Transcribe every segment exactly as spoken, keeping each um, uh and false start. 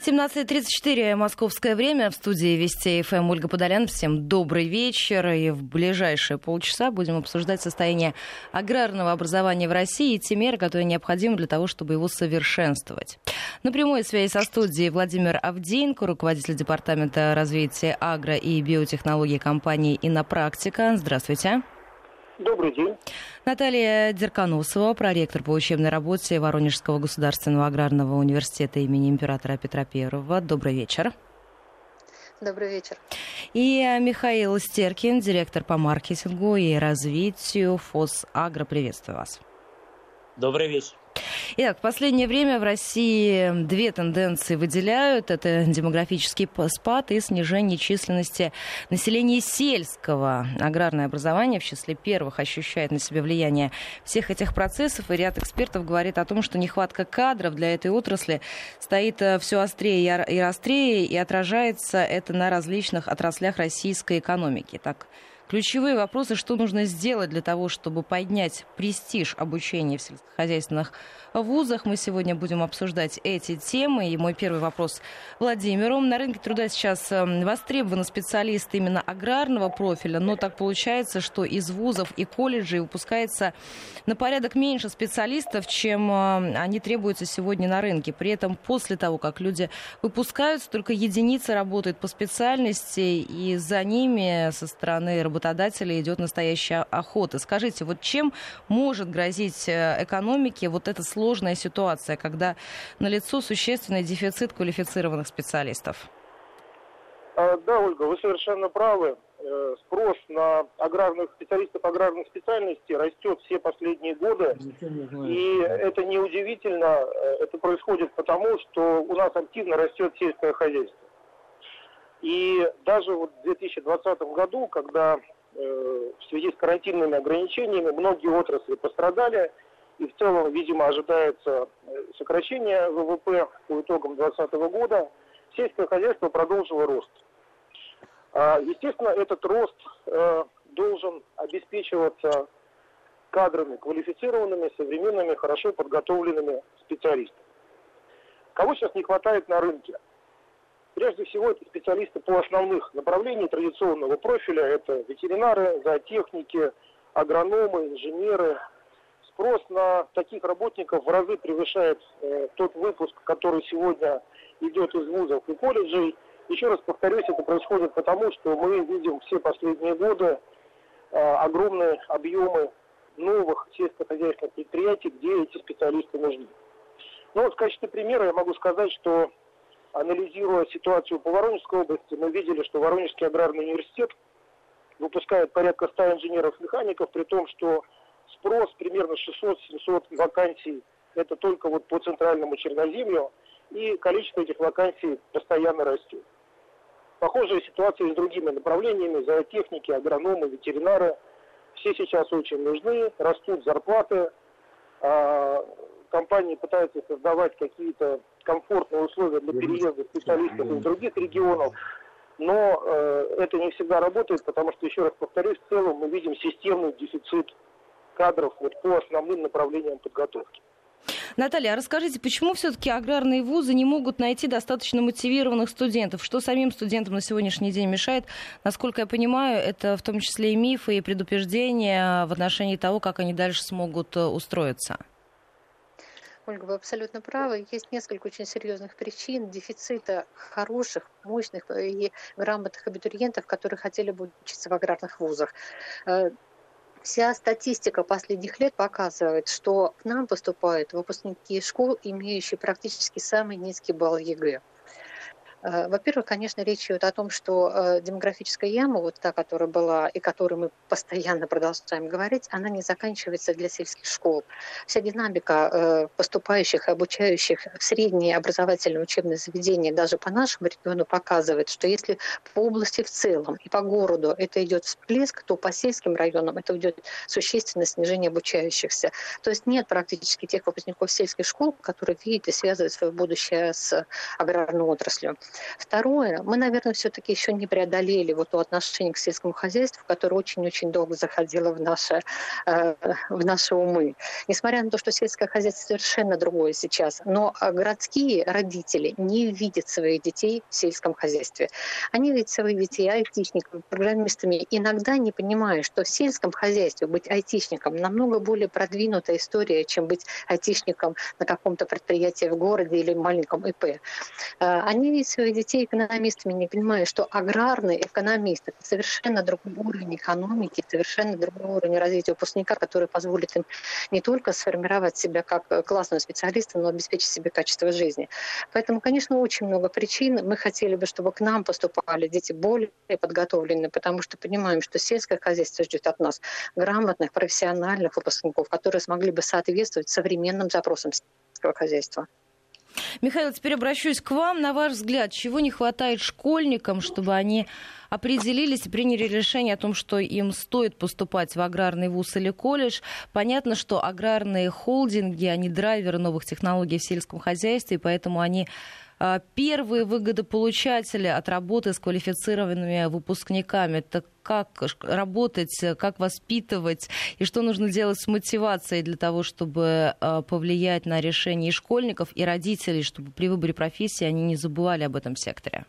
семнадцать тридцать четыре московское время. В студии Вести ФМ Ольга Подолян. Всем добрый вечер. И в ближайшие полчаса будем обсуждать состояние аграрного образования в России и те меры, которые необходимы для того, чтобы его совершенствовать. На прямой связи со студией Владимир Авдеенко, руководитель департамента развития агро- и биотехнологий компании «Иннопрактика». Здравствуйте. Добрый день. Наталья Дерконосова, проректор по учебной работе Воронежского государственного аграрного университета имени императора Петра Первого. Добрый вечер. Добрый вечер. И Михаил Стеркин, директор по маркетингу и развитию ФОС-Агро. Приветствую вас. Добрый вечер. Итак, в последнее время в России две тенденции выделяют. Это демографический спад и снижение численности населения сельского. Аграрное образование в числе первых ощущает на себе влияние всех этих процессов. И ряд экспертов говорит о том, что нехватка кадров для этой отрасли стоит все острее и острее, и отражается это на различных отраслях российской экономики. Так, ключевые вопросы, что нужно сделать для того, чтобы поднять престиж обучения в сельскохозяйственных вузах. Мы сегодня будем обсуждать эти темы. И мой первый вопрос Владимиру. На рынке труда сейчас востребованы специалисты именно аграрного профиля, но так получается, что из вузов и колледжей выпускается на порядок меньше специалистов, чем они требуются сегодня на рынке. При этом после того, как люди выпускаются, только единицы работают по специальности, и за ними со стороны работодателей идет настоящая охота. Скажите, вот чем может грозить экономике вот эта сложная ситуация, когда налицо существенный дефицит квалифицированных специалистов? Да, Ольга, вы совершенно правы. Спрос на аграрных специалистов аграрных специальностей растет все последние годы. И это неудивительно. Это происходит потому, что у нас активно растет сельское хозяйство. И даже вот в две тысячи двадцатом году, когда э, в связи с карантинными ограничениями многие отрасли пострадали, и в целом, видимо, ожидается сокращение ВВП по итогам две тысячи двадцатого года, сельское хозяйство продолжило рост. Естественно, этот рост э, должен обеспечиваться кадрами, квалифицированными, современными, хорошо подготовленными специалистами. Кого сейчас не хватает на рынке? Прежде всего, это специалисты по основных направлениям традиционного профиля. Это ветеринары, зоотехники, агрономы, инженеры. Спрос на таких работников в разы превышает э, тот выпуск, который сегодня идет из вузов и колледжей. Еще раз повторюсь, это происходит потому, что мы видим все последние годы э, огромные объемы новых сельскохозяйственных предприятий, где эти специалисты нужны. Ну вот в качестве примера я могу сказать, что анализируя ситуацию по Воронежской области, мы видели, что Воронежский аграрный университет выпускает порядка ста инженеров-механиков, при том, что спрос примерно шестьсот-семьсот вакансий, это только вот по центральному Черноземью, и количество этих вакансий постоянно растет. Похожая ситуация и с другими направлениями, зоотехники, агрономы, ветеринары. Все сейчас очень нужны, растут зарплаты, компании пытаются создавать какие-то комфортные условия для переезда специалистов из других регионов, но э, это не всегда работает, потому что, еще раз повторюсь, в целом мы видим системный дефицит кадров вот, по основным направлениям подготовки. Наталья, а расскажите, почему все-таки аграрные вузы не могут найти достаточно мотивированных студентов? Что самим студентам на сегодняшний день мешает? Насколько я понимаю, это в том числе и мифы, и предупреждения в отношении того, как они дальше смогут устроиться. Ольга, вы абсолютно правы. Есть несколько очень серьезных причин дефицита хороших, мощных и грамотных абитуриентов, которые хотели бы учиться в аграрных вузах. Вся статистика последних лет показывает, что к нам поступают выпускники школ, имеющие практически самый низкий балл ЕГЭ. Во-первых, конечно, речь идет о том, что демографическая яма, вот та, которая была и которой мы постоянно продолжаем говорить, она не заканчивается для сельских школ. Вся динамика поступающих и обучающих в средние образовательные учебные заведения даже по нашему региону показывает, что если по области в целом и по городу это идет всплеск, то по сельским районам это идет существенное снижение обучающихся. То есть нет практически тех выпускников сельских школ, которые видят и связывают свое будущее с аграрной отраслью. Второе, мы, наверное, все-таки еще не преодолели вот то отношение к сельскому хозяйству, которое очень-очень долго заходило в наши, э, в наши умы. Несмотря на то, что сельское хозяйство совершенно другое сейчас, но городские родители не видят своих детей в сельском хозяйстве. Они видят своих детей айтишниками, программистами, иногда не понимая, что в сельском хозяйстве быть айтишником намного более продвинутая история, чем быть айтишником на каком-то предприятии в городе или маленьком ИП. Они видят своих детей экономистами, не понимая, что аграрный экономист – это совершенно другой уровень экономики, совершенно другой уровень развития выпускника, который позволит им не только сформировать себя как классного специалиста, но обеспечить себе качество жизни. Поэтому, конечно, очень много причин. Мы хотели бы, чтобы к нам поступали дети более подготовленные, потому что понимаем, что сельское хозяйство ждет от нас грамотных, профессиональных выпускников, которые смогли бы соответствовать современным запросам сельского хозяйства. Михаил, теперь обращусь к вам. На ваш взгляд, чего не хватает школьникам, чтобы они определились и приняли решение о том, что им стоит поступать в аграрный вуз или колледж? Понятно, что аграрные холдинги, они драйверы новых технологий в сельском хозяйстве, и поэтому они первые выгодополучатели от работы с квалифицированными выпускниками. Это как работать, как воспитывать и что нужно делать с мотивацией для того, чтобы повлиять на решения и школьников, и родителей, чтобы при выборе профессии они не забывали об этом секторе?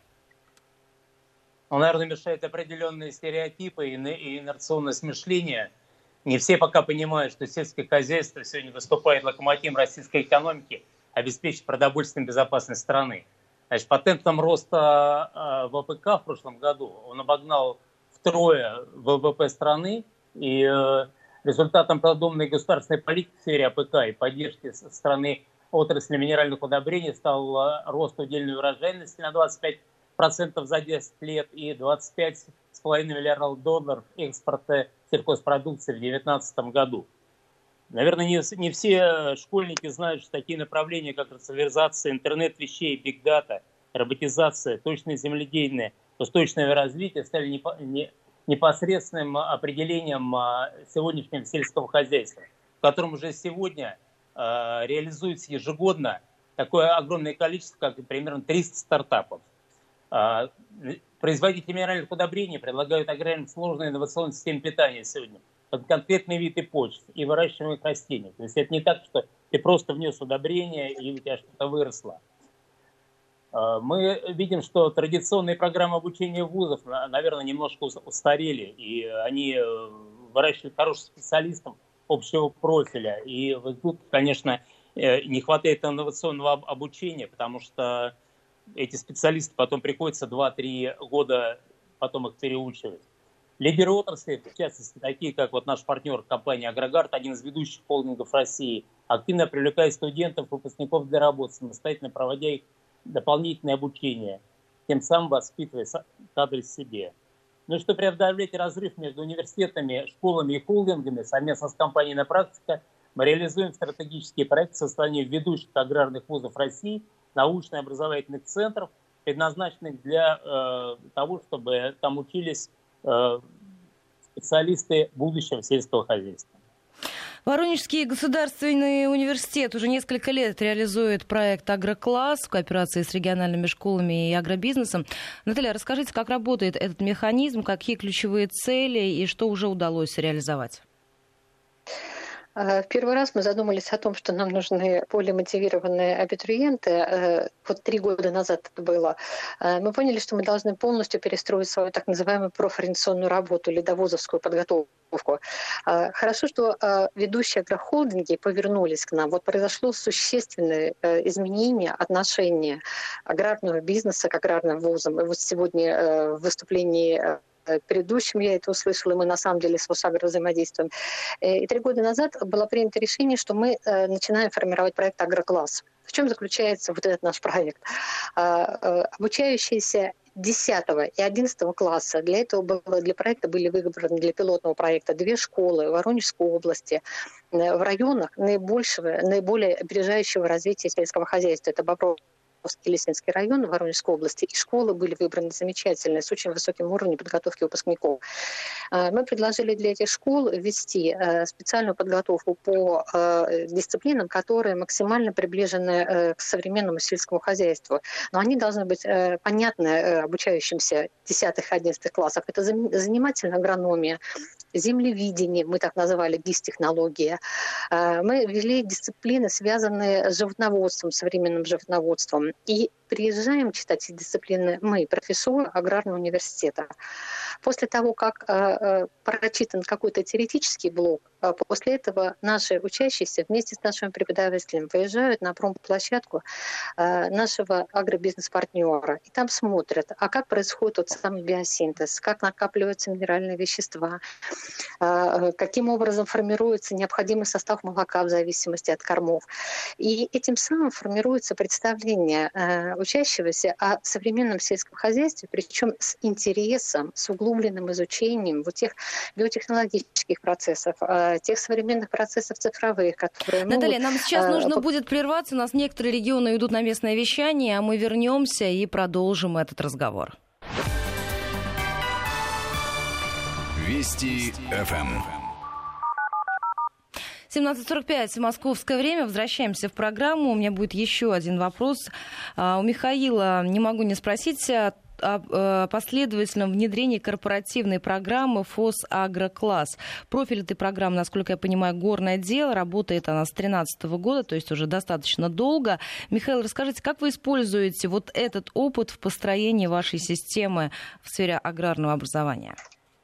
Ну, наверное, мешают определенные стереотипы и инерционное мышление. Не все пока понимают, что сельское хозяйство сегодня выступает локомотивом российской экономики, обеспечить продовольственную безопасность страны. Значит, по темпам роста ВПК в прошлом году он обогнал втрое ВВП страны, и результатом продуманной государственной политики в сфере АПК и поддержки со стороны отрасли минеральных удобрений стал рост удельной урожайности на двадцать пять процентов за десять лет и двадцать пять целых пять десятых миллиардов долларов экспорта сельхозпродукции в две тысячи девятнадцатом году. Наверное, не, не все школьники знают, что такие направления, как цифровизация, интернет вещей, бигдата, роботизация, точное земледельное, устойчивое развитие стали не, не, непосредственным определением сегодняшнего сельского хозяйства, в котором уже сегодня э, реализуется ежегодно такое огромное количество, как примерно триста стартапов. Э, производители минеральных удобрений предлагают аграрным сложные инновационные системы питания сегодня под конкретные виды почв и выращиваемых растений. То есть это не так, что ты просто внес удобрение и у тебя что-то выросло. Мы видим, что традиционные программы обучения вузов, наверное, немножко устарели, и они выращивают хороших специалистов общего профиля. И тут, конечно, не хватает инновационного обучения, потому что эти специалисты потом приходится два-три года потом их переучивать. Лидеры отрасли, в частности, такие как вот наш партнер компания «Агрогард», один из ведущих холдингов России, активно привлекает студентов, выпускников для работы, самостоятельно проводя их дополнительное обучение, тем самым воспитывая кадры себе. Ну и чтобы преодолеть разрыв между университетами, школами и холдингами, совместно с компанией «На практика» мы реализуем стратегические проекты создания ведущих аграрных вузов России, научно-образовательных центров, предназначенных для э, того, чтобы там учились специалисты будущего сельского хозяйства. Воронежский государственный университет уже несколько лет реализует проект «Агрокласс» в кооперации с региональными школами и агробизнесом. Наталья, расскажите, как работает этот механизм, какие ключевые цели и что уже удалось реализовать? В первый раз мы задумались о том, что нам нужны более мотивированные абитуриенты. Вот три года назад это было. Мы поняли, что мы должны полностью перестроить свою так называемую профориентационную работу или довузовскую подготовку. Хорошо, что ведущие агрохолдинги повернулись к нам. Вот произошло существенное изменение отношения аграрного бизнеса к аграрным вузам. И вот сегодня в выступлении предыдущем я это услышала, и мы на самом деле с ВУСАГРО взаимодействуем. И три года назад было принято решение, что мы начинаем формировать проект «Агрокласс». В чем заключается вот этот наш проект? Обучающиеся десятого и одиннадцатого класса, для этого было, для проекта были выбраны для пилотного проекта две школы в Воронежской области, в районах наибольшего, наиболее опережающего развития сельского хозяйства. Это Бобровский Покровский, Лесинский район Воронежской области, и школы были выбраны замечательные, с очень высоким уровнем подготовки выпускников. Мы предложили для этих школ ввести специальную подготовку по дисциплинам, которые максимально приближены к современному сельскому хозяйству. Но они должны быть понятны обучающимся в десятых-одиннадцатых классах. Это занимательная агрономия, землевидение, мы так называли гис-технология. Мы ввели дисциплины, связанные с животноводством, современным животноводством. И приезжаем читать эти дисциплины мы, профессоры аграрного университета. После того, как э, прочитан какой-то теоретический блок, э, после этого наши учащиеся вместе с нашими преподавателями выезжают на промплощадку э, нашего агробизнес-партнера. И там смотрят, а как происходит тот самый биосинтез, как накапливаются минеральные вещества, э, каким образом формируется необходимый состав молока в зависимости от кормов. И этим самым формируется представление э, учащегося о современном сельском хозяйстве, причем с интересом, с углубленным изучением вот тех биотехнологических процессов, тех современных процессов цифровых, которые Наталья, могут... нам сейчас нужно будет прерваться. У нас некоторые регионы идут на местное вещание, а мы вернемся и продолжим этот разговор. Вести эф эм. семнадцать сорок пять московское время. Возвращаемся в программу. У меня будет еще один вопрос. У Михаила не могу не спросить о последовательном внедрении корпоративной программы ФОС «Агрокласс». Профиль этой программы, насколько я понимаю, горное дело. Работает она с две тысячи тринадцатого года, то есть уже достаточно долго. Михаил, расскажите, как вы используете вот этот опыт в построении вашей системы в сфере аграрного образования?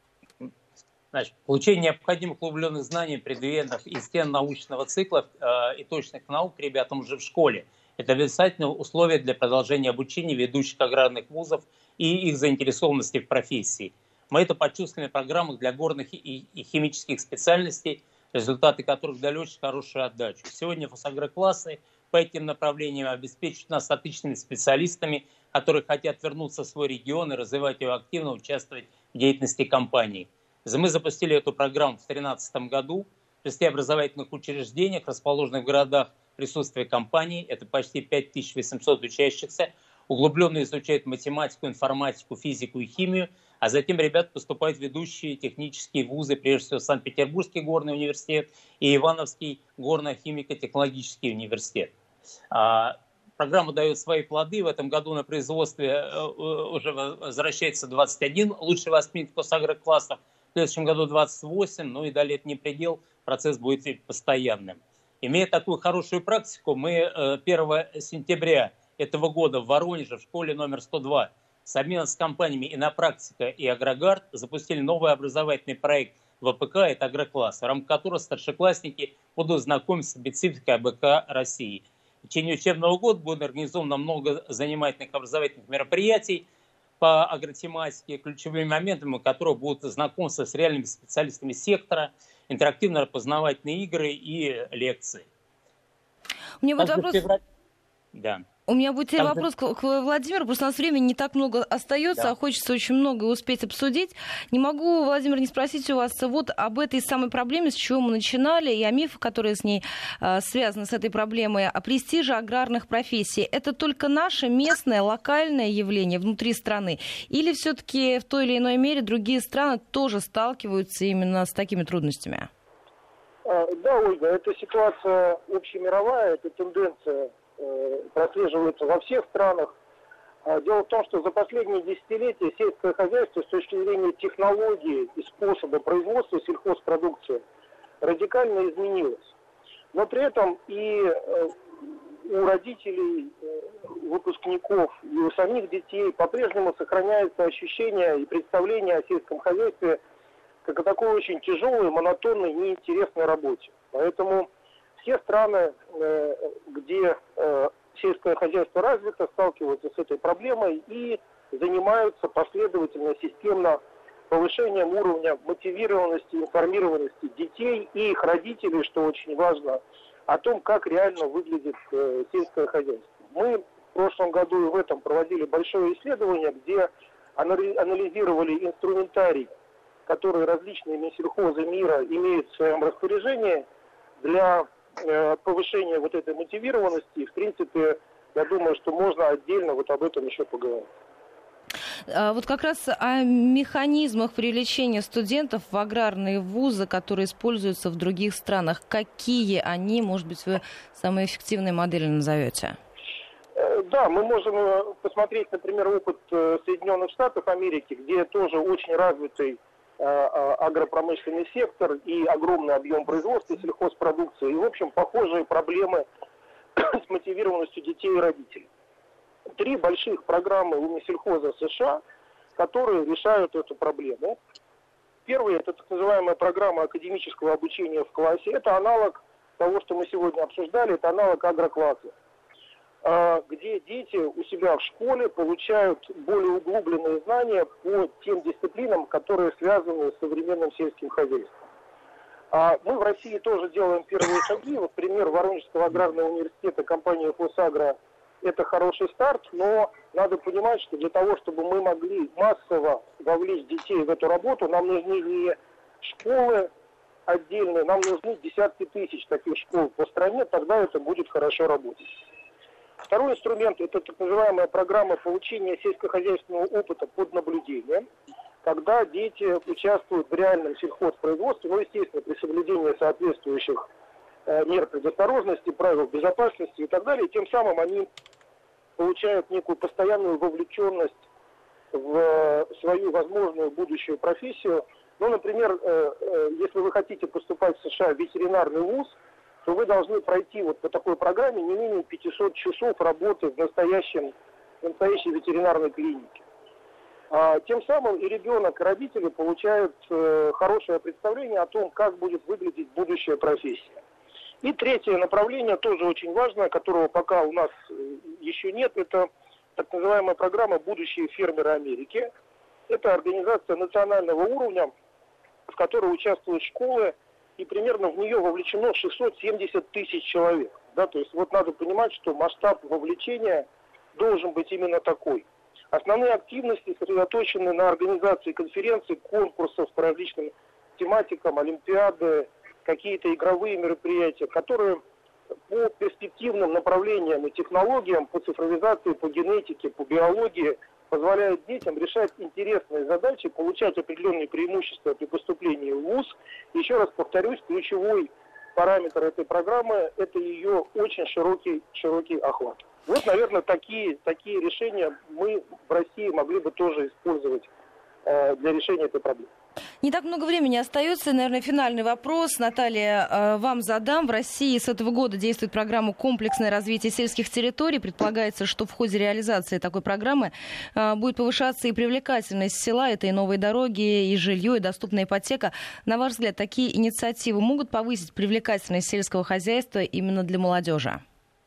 Значит, получение необходимых углубленных знаний, предметов и стен научного цикла э, и точных наук ребятам уже в школе. Это обязательное условие для продолжения обучения ведущих аграрных вузов и их заинтересованности в профессии. Мы это почувствовали в программах для горных и, и химических специальностей, результаты которых дали очень хорошую отдачу. Сегодня ФОС-агроклассы по этим направлениям обеспечивают нас отличными специалистами, которые хотят вернуться в свой регион и развивать его активно, участвовать в деятельности компании. Мы запустили эту программу в две тысячи тринадцатом году. В шести образовательных учреждениях, расположенных в городах присутствия компаний, это почти пять тысяч восемьсот учащихся, углубленно изучают математику, информатику, физику и химию, а затем ребята поступают в ведущие технические вузы, прежде всего Санкт-Петербургский горный университет и Ивановский горно-химико-технологический университет. Программа дает свои плоды. В этом году на производстве уже возвращается двадцать один лучших воспитанников ФОС-агроклассов. В следующем году двадцать восемь, ну и далее это не предел, процесс будет постоянным. Имея такую хорошую практику, мы первого сентября этого года в Воронеже, в школе номер сто два, совместно с компаниями «Иннопрактика» и «Агрогард» запустили новый образовательный проект ВПК, это «Агрокласс», в рамках которого старшеклассники будут знакомиться с спецификой АБК России. В течение учебного года будет организовано много занимательных образовательных мероприятий по агротематике, ключевыми моментами которых будут знакомства с реальными специалистами сектора, интерактивно-познавательные игры и лекции. У меня будет вопрос... Февраль... Да. У меня будет Там... вопрос к, к Владимиру, просто у нас времени не так много остается, да. А хочется очень много успеть обсудить. Не могу, Владимир, не спросить у вас вот об этой самой проблеме, с чего мы начинали, и о мифах, которые с ней э, связаны, с этой проблемой, о престиже аграрных профессий. Это только наше местное, локальное явление внутри страны? Или все-таки в той или иной мере другие страны тоже сталкиваются именно с такими трудностями? Да, Ольга, эта ситуация общемировая, эта тенденция прослеживается во всех странах. Дело в том, что за последние десятилетия сельское хозяйство с точки зрения технологии и способа производства сельхозпродукции радикально изменилось. Но при этом и у родителей, выпускников, и у самих детей по-прежнему сохраняется ощущение и представление о сельском хозяйстве как о такой очень тяжелой, монотонной, неинтересной работе. Поэтому все страны, где сельское хозяйство развито, сталкиваются с этой проблемой и занимаются последовательно, системно повышением уровня мотивированности, информированности детей и их родителей, что очень важно, о том, как реально выглядит сельское хозяйство. Мы в прошлом году и в этом проводили большое исследование, где анализировали инструментарий, который различные минсельхозы мира имеют в своем распоряжении для повышения вот этой мотивированности. В принципе, я думаю, что можно отдельно вот об этом еще поговорить. Вот как раз о механизмах привлечения студентов в аграрные вузы, которые используются в других странах. Какие они, может быть, вы самые эффективные модели назовете? Да, мы можем посмотреть, например, опыт Соединенных Штатов Америки, где тоже очень развитый агропромышленный сектор и огромный объем производства сельхозпродукции. И, в общем, похожие проблемы с мотивированностью детей и родителей. Три больших программы у Минсельхоза США, которые решают эту проблему. Первый – это так называемая программа академического обучения в классе. Это аналог того, что мы сегодня обсуждали, это аналог агрокласса, где дети у себя в школе получают более углубленные знания по тем дисциплинам, которые связаны с современным сельским хозяйством. Мы в России тоже делаем первые шаги. Вот пример Воронежского аграрного университета компании «Фосагро» – это хороший старт, но надо понимать, что для того, чтобы мы могли массово вовлечь детей в эту работу, нам нужны не школы отдельные, нам нужны десятки тысяч таких школ по стране, тогда это будет хорошо работать. Второй инструмент – это так называемая программа получения сельскохозяйственного опыта под наблюдением, когда дети участвуют в реальном сельхозпроизводстве, ну, естественно, при соблюдении соответствующих э, мер предосторожности, правил безопасности и так далее, и тем самым они получают некую постоянную вовлеченность в свою возможную будущую профессию. Ну, например, э, э, если вы хотите поступать в США в ветеринарный вуз, то вы должны пройти вот по такой программе не менее пятьсот часов работы в, настоящем, в настоящей ветеринарной клинике. А, тем самым и ребенок, и родители получают э, хорошее представление о том, как будет выглядеть будущая профессия. И третье направление, тоже очень важное, которого пока у нас еще нет, это так называемая программа «Будущие фермеры Америки». Это организация национального уровня, в которой участвуют школы, и примерно в нее вовлечено шестьсот семьдесят тысяч человек. Да, то есть вот надо понимать, что масштаб вовлечения должен быть именно такой. Основные активности сосредоточены на организации конференций, конкурсов по различным тематикам, олимпиады, какие-то игровые мероприятия, которые по перспективным направлениям и технологиям, по цифровизации, по генетике, по биологии позволяют детям решать интересные задачи, получать определенные преимущества при поступлении в вуз. Еще раз повторюсь, ключевой параметр этой программы – это ее очень широкий, широкий охват. Вот, наверное, такие, такие решения мы в России могли бы тоже использовать э, для решения этой проблемы. Не так много времени остается. Наверное, финальный вопрос. Наталья, вам задам. В России с этого года действует программа «Комплексное развитие сельских территорий». Предполагается, что в ходе реализации такой программы будет повышаться и привлекательность села. Это и новые дороги, и жилье, и доступная ипотека. На ваш взгляд, такие инициативы могут повысить привлекательность сельского хозяйства именно для молодежи?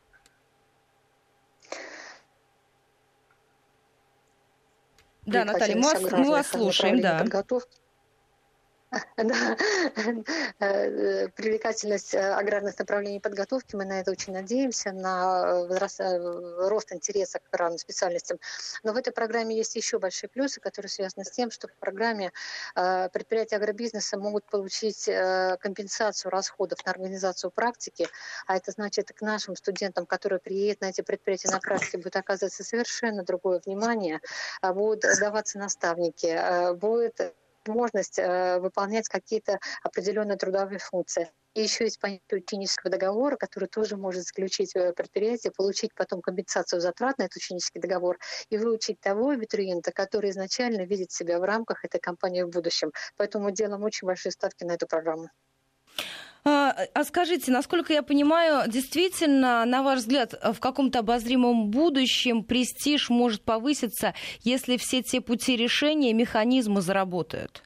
Да, Наталья, мы вас, мы вас слушаем, да. Подготовки. Да. Привлекательность аграрных направлений подготовки, мы на это очень надеемся, на рост интереса к аграрным специальностям. Но в этой программе есть еще большие плюсы, которые связаны с тем, что в программе предприятия агробизнеса могут получить компенсацию расходов на организацию практики, а это значит, к нашим студентам, которые приедут на эти предприятия на практике, будет оказываться совершенно другое внимание, будут даваться наставники, будет возможность э, выполнять какие-то определенные трудовые функции. И еще есть понятие ученического договора, который тоже может заключить предприятие, получить потом компенсацию затрат на этот ученический договор и выучить того абитуриента, который изначально видит себя в рамках этой компании в будущем. Поэтому мы делаем очень большие ставки на эту программу. А, а скажите, насколько я понимаю, действительно, на ваш взгляд, в каком-то обозримом будущем престиж может повыситься, если все те пути решения, механизмы заработают?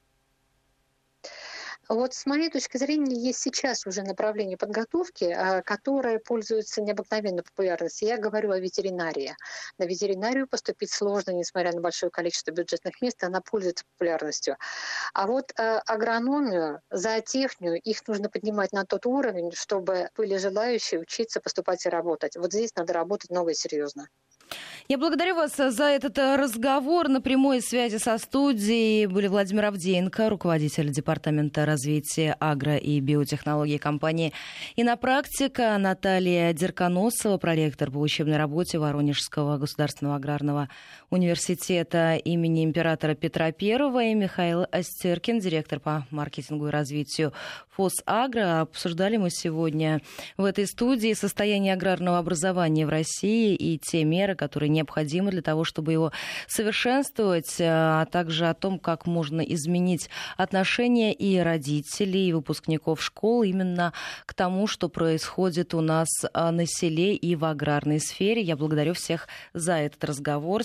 Вот с моей точки зрения, есть сейчас уже направление подготовки, которое пользуется необыкновенной популярностью. Я говорю о ветеринарии. На ветеринарию поступить сложно, несмотря на большое количество бюджетных мест, она пользуется популярностью. А вот агрономию, зоотехнию, их нужно поднимать на тот уровень, чтобы были желающие учиться, поступать и работать. Вот здесь надо работать много и серьезно. Я благодарю вас за этот разговор. На прямой связи со студией были Владимир Авдеенко, руководитель департамента развития агро- и биотехнологий компании «Иннопрактика», Наталья Дерконосова, проректор по учебной работе Воронежского государственного аграрного университета имени императора Петра Первого, и Михаил Остеркин, директор по маркетингу и развитию ФОС-Агро. Обсуждали мы сегодня в этой студии состояние аграрного образования в России и те меры, которые необходимы для того, чтобы его совершенствовать, а также о том, как можно изменить отношение и родителей, и выпускников школ именно к тому, что происходит у нас на селе и в аграрной сфере. Я благодарю всех за этот разговор.